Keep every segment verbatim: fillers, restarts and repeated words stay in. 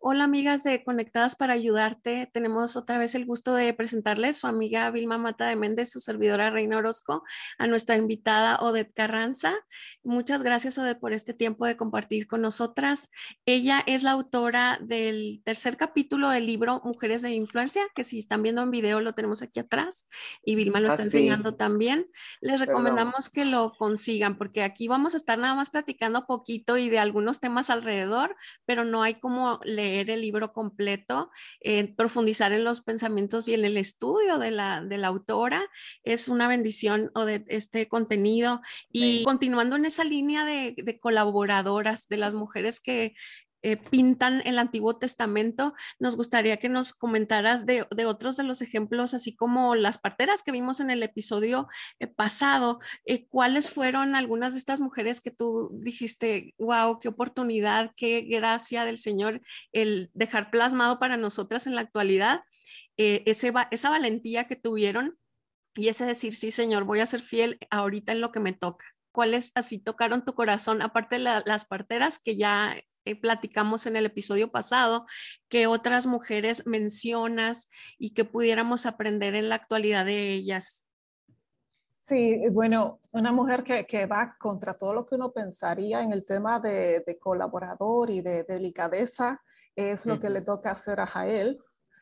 Hola amigas de Conectadas para Ayudarte. Tenemos otra vez el gusto de presentarles su amiga Vilma Mata de Méndez, su servidora Reina Orozco, a nuestra invitada Odette Carranza. Muchas gracias, Odette, por este tiempo de compartir con nosotras. Ella es la autora del tercer capítulo del libro Mujeres de Influencia, que si están viendo en video lo tenemos aquí atrás y Vilma lo está Así, enseñando también. Les perdón. recomendamos que lo consigan porque aquí vamos a estar nada más platicando poquito y de algunos temas alrededor, pero no hay como leer el libro completo, eh, profundizar en los pensamientos y en el estudio de la, de la autora. Es una bendición o de este contenido. Y Amén. continuando en esa línea de, de colaboradoras, de las mujeres que eh, pintan el Antiguo Testamento, nos gustaría que nos comentaras de, de, otros de los ejemplos, así como las parteras que vimos en el episodio eh, pasado. Eh, ¿Cuáles fueron algunas de estas mujeres que tú dijiste, wow, qué oportunidad, qué gracia del Señor el dejar plasmado para nosotras en la actualidad eh, ese, esa valentía que tuvieron y ese decir, sí, Señor, voy a ser fiel ahorita en lo que me toca? ¿Cuáles así tocaron tu corazón, aparte de la, las parteras que ya eh, platicamos en el episodio pasado, que otras mujeres mencionas y que pudiéramos aprender en la actualidad de ellas? Sí, bueno, una mujer que, que va contra todo lo que uno pensaría en el tema de, de colaborador y de, de delicadeza es lo que le toca hacer a Jael.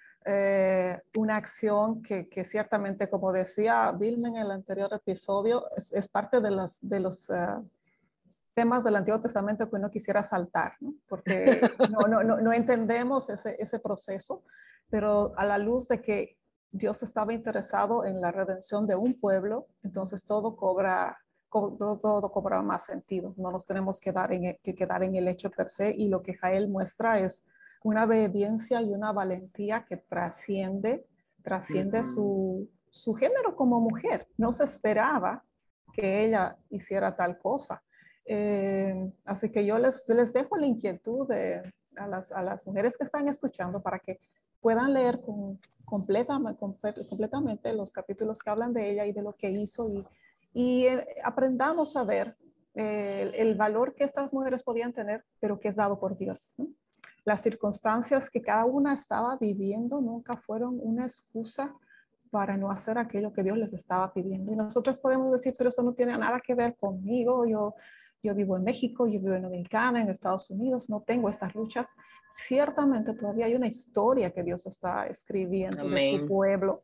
Eh, una acción que, que ciertamente, como decía Vilma en el anterior episodio, es, es parte de, las, de los uh, temas del Antiguo Testamento que uno quisiera saltar, ¿no? Porque no, no, no, no entendemos ese, ese proceso, pero a la luz de que Dios estaba interesado en la redención de un pueblo, entonces todo cobra, todo, todo cobra más sentido. No nos tenemos que, dar en, que quedar en el hecho per se, y lo que Jael muestra es una obediencia y una valentía que trasciende, trasciende Ujú. su, su género como mujer. No se esperaba que ella hiciera tal cosa. Eh, así que yo les, les dejo la inquietud de, a, las, a las mujeres que están escuchando para que puedan leer con, completamente, completamente los capítulos que hablan de ella y de lo que hizo, y, y eh, aprendamos a ver eh, el, el valor que estas mujeres podían tener, pero que es dado por Dios, ¿no? Las circunstancias que cada una estaba viviendo nunca fueron una excusa para no hacer aquello que Dios les estaba pidiendo. Y nosotros podemos decir, pero eso no tiene nada que ver conmigo, yo, yo vivo en México, yo vivo en Dominicana, en Estados Unidos, no tengo estas luchas. Ciertamente todavía hay una historia que Dios está escribiendo de su Amén. pueblo.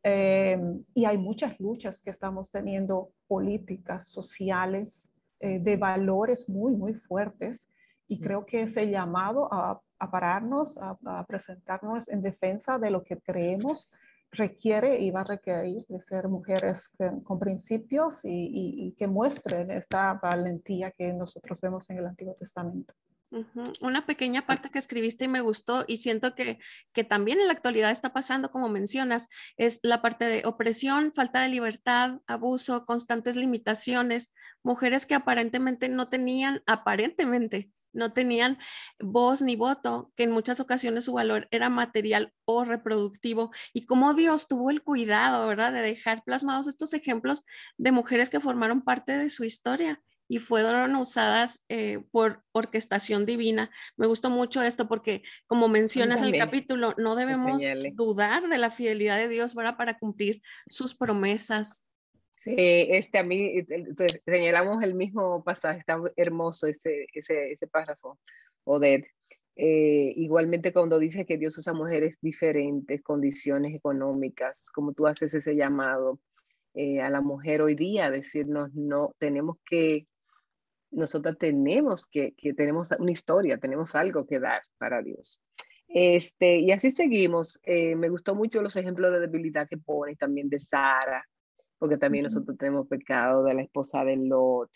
Eh, y hay muchas luchas que estamos teniendo, políticas, sociales, eh, de valores muy, muy fuertes. Y creo que ese llamado a, a pararnos, a, a presentarnos en defensa de lo que creemos, requiere y va a requerir de ser mujeres que, con principios y, y, y que muestren esta valentía que nosotros vemos en el Antiguo Testamento. Ujú. Una pequeña parte que escribiste y me gustó y siento que, que también en la actualidad está pasando, como mencionas, es la parte de opresión, falta de libertad, abuso, constantes limitaciones, mujeres que aparentemente no tenían, aparentemente no tenían voz ni voto, que en muchas ocasiones su valor era material o reproductivo, y cómo Dios tuvo el cuidado, ¿verdad?, de dejar plasmados estos ejemplos de mujeres que formaron parte de su historia y fueron usadas eh, por orquestación divina. Me gustó mucho esto porque, como A mí mencionas en el también capítulo, no me debemos señalé. dudar de la fidelidad de Dios, ¿verdad?, para cumplir sus promesas. Sí, este, a mí eh, eh, señalamos el mismo pasaje, está hermoso ese, ese, ese párrafo, Odette. Eh, igualmente cuando dice que Dios usa mujeres diferentes, condiciones económicas, como tú haces ese llamado eh, a la mujer hoy día, decirnos, no, tenemos que, nosotras tenemos que, que tenemos una historia, tenemos algo que dar para Dios. Este, y así seguimos. Eh, me gustó mucho los ejemplos de debilidad que pone también de Sara, porque también Ujú. nosotros tenemos pecado de la esposa de Lot,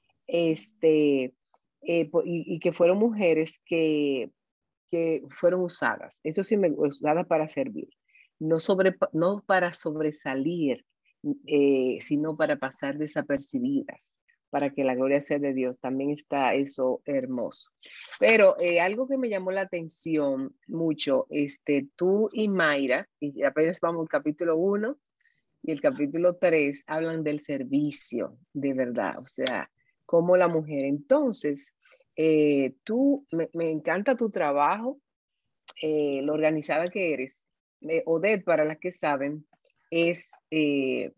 este, eh, y, y, que fueron mujeres que, que fueron usadas, eso sí, me, usadas para servir, no, sobre, no para sobresalir, eh, sino para pasar desapercibidas, para que la gloria sea de Dios. También está eso hermoso. Pero eh, algo que me llamó la atención mucho, este, tú y Mayra, y apenas vamos al capítulo uno, y el capítulo tres hablan del servicio, de verdad, o sea, como la mujer. Entonces, eh, tú, me, me encanta tu trabajo eh, lo organizada que eres. Eh, Odette, para las que saben, es eh,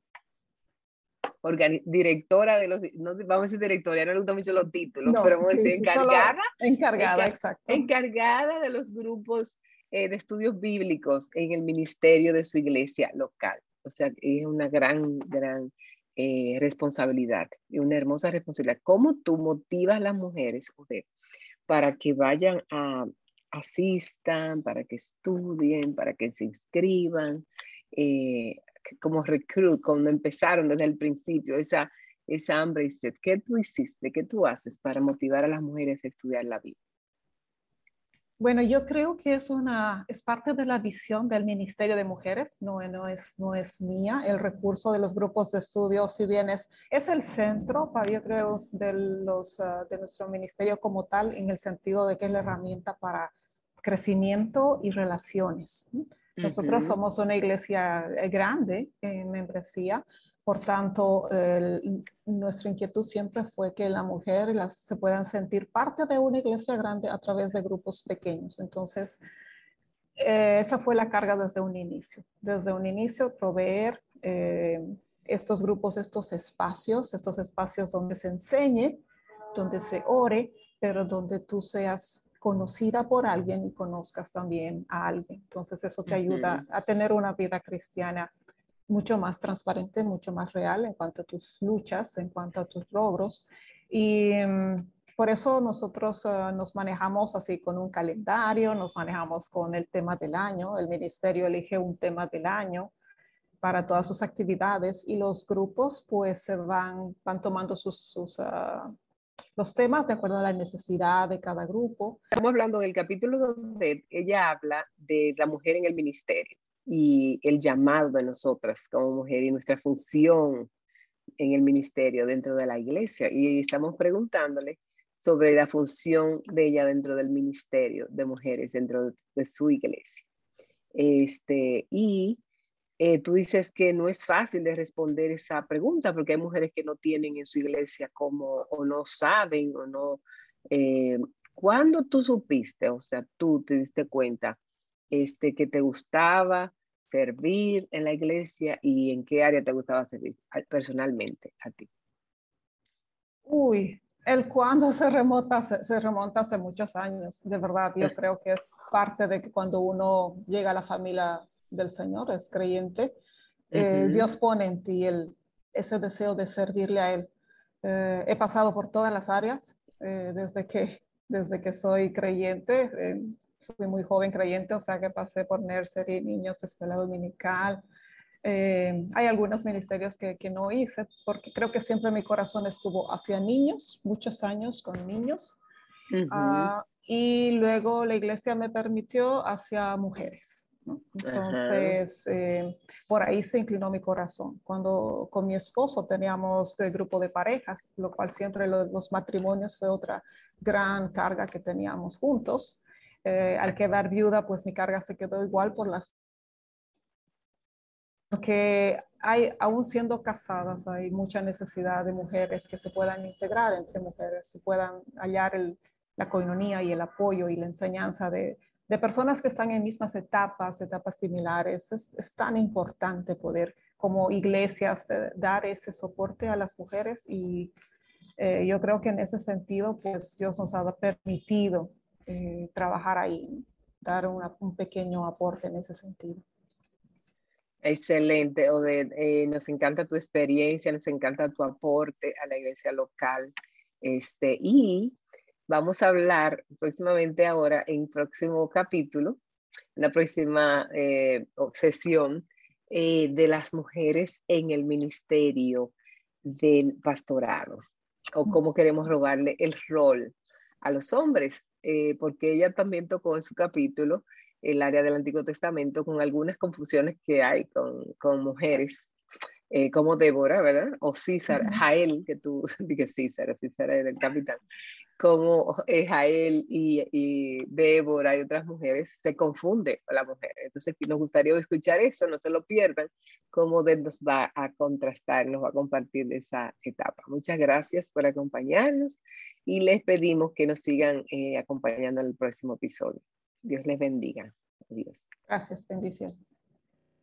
directora de los, no vamos a decir directora, ya no le gustan mucho los títulos, No, pero vamos a sí, decir sí, encargada, solo encargada, encar, exacto. encargada de los grupos eh, de estudios bíblicos en el ministerio de su iglesia local. O sea, es una gran, gran eh, responsabilidad y una hermosa responsabilidad. ¿Cómo tú motivas a las mujeres, Odette, para que vayan a asistan, para que estudien, para que se inscriban, eh, como recruit, cuando empezaron desde el principio, esa, esa hambre y sed? ¿Qué tú hiciste, qué tú haces para motivar a las mujeres a estudiar la Biblia? Bueno, yo creo que es, una, es parte de la visión del Ministerio de Mujeres, no, no, es, no es mía. El recurso de los grupos de estudio, si bien es, es el centro, para, yo creo, de, los, uh, de nuestro ministerio como tal, en el sentido de que es la herramienta para crecimiento y relaciones. Nosotros Uh-huh. somos una iglesia grande en membresía, por tanto, el, nuestra inquietud siempre fue que la mujer y las, se puedan sentir parte de una iglesia grande a través de grupos pequeños. Entonces, eh, esa fue la carga desde un inicio. Desde un inicio, proveer eh, estos grupos, estos espacios, estos espacios donde se enseñe, donde se ore, pero donde tú seas conocida por alguien y conozcas también a alguien. Entonces, eso te ayuda Uh-huh. a tener una vida cristiana mucho más transparente, mucho más real en cuanto a tus luchas, en cuanto a tus logros. Y um, por eso nosotros uh, nos manejamos así con un calendario, nos manejamos con el tema del año. El ministerio elige un tema del año para todas sus actividades y los grupos pues se van, van tomando sus, sus uh, los temas de acuerdo a la necesidad de cada grupo. Estamos hablando en el capítulo donde ella habla de la mujer en el ministerio y el llamado de nosotras como mujer y nuestra función en el ministerio dentro de la iglesia. Y estamos preguntándole sobre la función de ella dentro del ministerio de mujeres dentro de, de su iglesia. Este, y eh, tú dices que no es fácil de responder esa pregunta porque hay mujeres que no tienen en su iglesia como, o no saben, o no. Eh, ¿Cuándo tú supiste, o sea, tú te diste cuenta este, que te gustaba servir en la iglesia y en qué área te gustaba servir personalmente a ti? Uy, el cuándo se remonta, se, se remonta hace muchos años, de verdad. Yo creo que es parte de que cuando uno llega a la familia del Señor, es creyente, eh, Uh-huh. Dios pone en ti el, ese deseo de servirle a Él. Eh, he pasado por todas las áreas eh, desde, que, desde que soy creyente. Eh, fui muy joven creyente, o sea que pasé por nursery, niños, escuela dominical. Eh, hay algunos ministerios que, que no hice porque creo que siempre mi corazón estuvo hacia niños, muchos años con niños. Uh-huh. Uh, y luego la iglesia me permitió hacia mujeres, ¿no? Entonces, uh-huh. eh, por ahí se inclinó mi corazón. Cuando con mi esposo teníamos el grupo de parejas, lo cual siempre lo, los matrimonios fue otra gran carga que teníamos juntos. Eh, al quedar viuda, pues mi carga se quedó igual por las... Porque hay, aún siendo casadas, hay mucha necesidad de mujeres que se puedan integrar entre mujeres, se puedan hallar el, la coinonía y el apoyo y la enseñanza de, de personas que están en mismas etapas, etapas similares. Es, es tan importante poder, como iglesias, eh, dar ese soporte a las mujeres y eh, yo creo que en ese sentido, pues Dios nos ha permitido eh, trabajar ahí, dar una, un pequeño aporte en ese sentido. Excelente, Odette. Eh, nos encanta tu experiencia, nos encanta tu aporte a la iglesia local. Este, y vamos a hablar próximamente ahora, en próximo capítulo, en la próxima eh, sesión, eh, de las mujeres en el ministerio del pastorado, o cómo queremos robarle el rol a los hombres, eh, porque ella también tocó en su capítulo el área del Antiguo Testamento con algunas confusiones que hay con, con mujeres, eh, como Débora, ¿verdad? O César, uh-huh. Jael, que tú, dije César, César era el capitán, como eh, Jael y, y Débora y otras mujeres, se confunde a la mujer. Entonces nos gustaría escuchar eso, no se lo pierdan, cómo Deb nos va a contrastar, nos va a compartir esa etapa. Muchas gracias por acompañarnos y les pedimos que nos sigan eh, acompañando en el próximo episodio. Dios les bendiga. Adiós. Gracias, bendiciones.